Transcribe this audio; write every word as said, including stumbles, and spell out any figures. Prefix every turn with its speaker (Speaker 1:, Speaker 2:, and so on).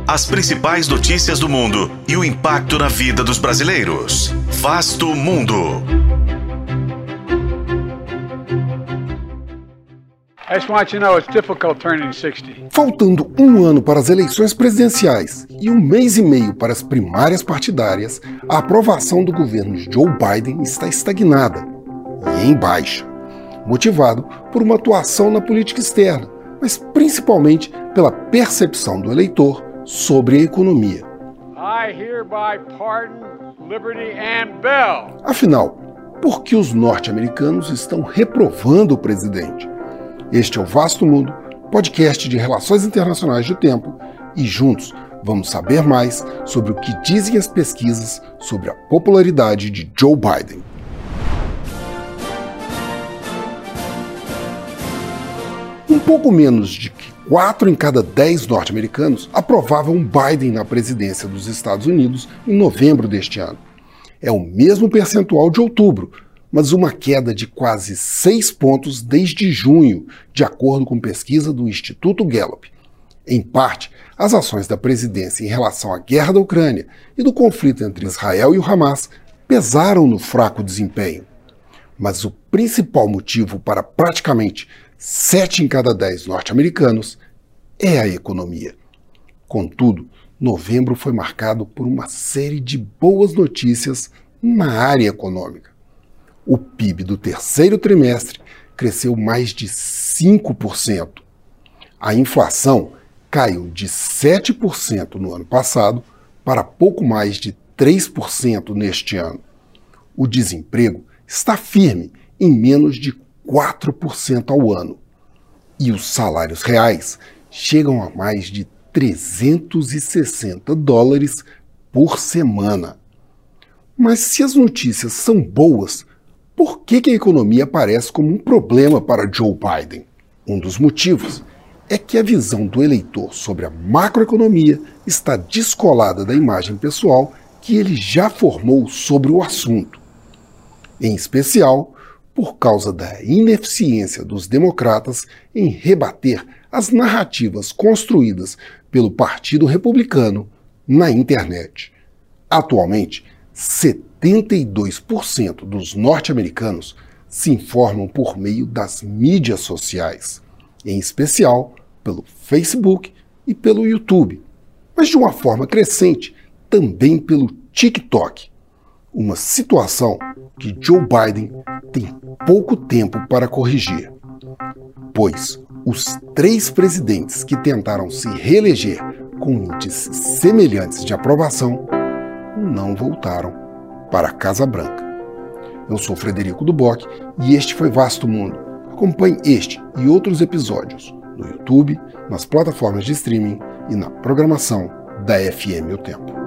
Speaker 1: As principais notícias do mundo e o impacto na vida dos brasileiros. Vasto Mundo.
Speaker 2: I just want you to know it's difficult turning sixty.
Speaker 3: Faltando um ano para as eleições presidenciais e um mês e meio para as primárias partidárias, a aprovação do governo de Joe Biden está estagnada e em baixa, motivado por uma atuação na política externa, mas principalmente pela percepção do eleitor sobre a economia.
Speaker 2: I hereby pardon Liberty and Bell.
Speaker 3: Afinal, por que os norte-americanos estão reprovando o presidente? Este é o Vasto Mundo, podcast de relações internacionais do Tempo, e juntos vamos saber mais sobre o que dizem as pesquisas sobre a popularidade de Joe Biden. Um pouco menos de quatro em cada dez norte-americanos aprovavam Biden na presidência dos Estados Unidos em novembro deste ano. É o mesmo percentual de outubro, mas uma queda de quase seis pontos desde junho, de acordo com pesquisa do Instituto Gallup. Em parte, as ações da presidência em relação à guerra da Ucrânia e do conflito entre Israel e o Hamas pesaram no fraco desempenho. Mas o principal motivo para praticamente sete em cada dez norte-americanos é a economia. Contudo, novembro foi marcado por uma série de boas notícias na área econômica. O P I B do terceiro trimestre cresceu mais de cinco por cento. A inflação caiu de sete por cento no ano passado para pouco mais de três por cento neste ano. O desemprego está firme em menos de quatro por cento ao ano. E os salários reais chegam a mais de trezentos e sessenta dólares por semana. Mas se as notícias são boas, por que que a economia aparece como um problema para Joe Biden? Um dos motivos é que a visão do eleitor sobre a macroeconomia está descolada da imagem pessoal que ele já formou sobre o assunto. Em especial, por causa da ineficiência dos democratas em rebater as narrativas construídas pelo Partido Republicano na internet. Atualmente, setenta e dois por cento dos norte-americanos se informam por meio das mídias sociais, em especial pelo Facebook e pelo YouTube, mas de uma forma crescente também pelo TikTok, uma situação que Joe Biden tem pouco tempo para corrigir, pois os três presidentes que tentaram se reeleger com índices semelhantes de aprovação não voltaram para a Casa Branca. Eu sou Frederico Duboc e este foi Vasto Mundo. Acompanhe este e outros episódios no YouTube, nas plataformas de streaming e na programação da F M O Tempo.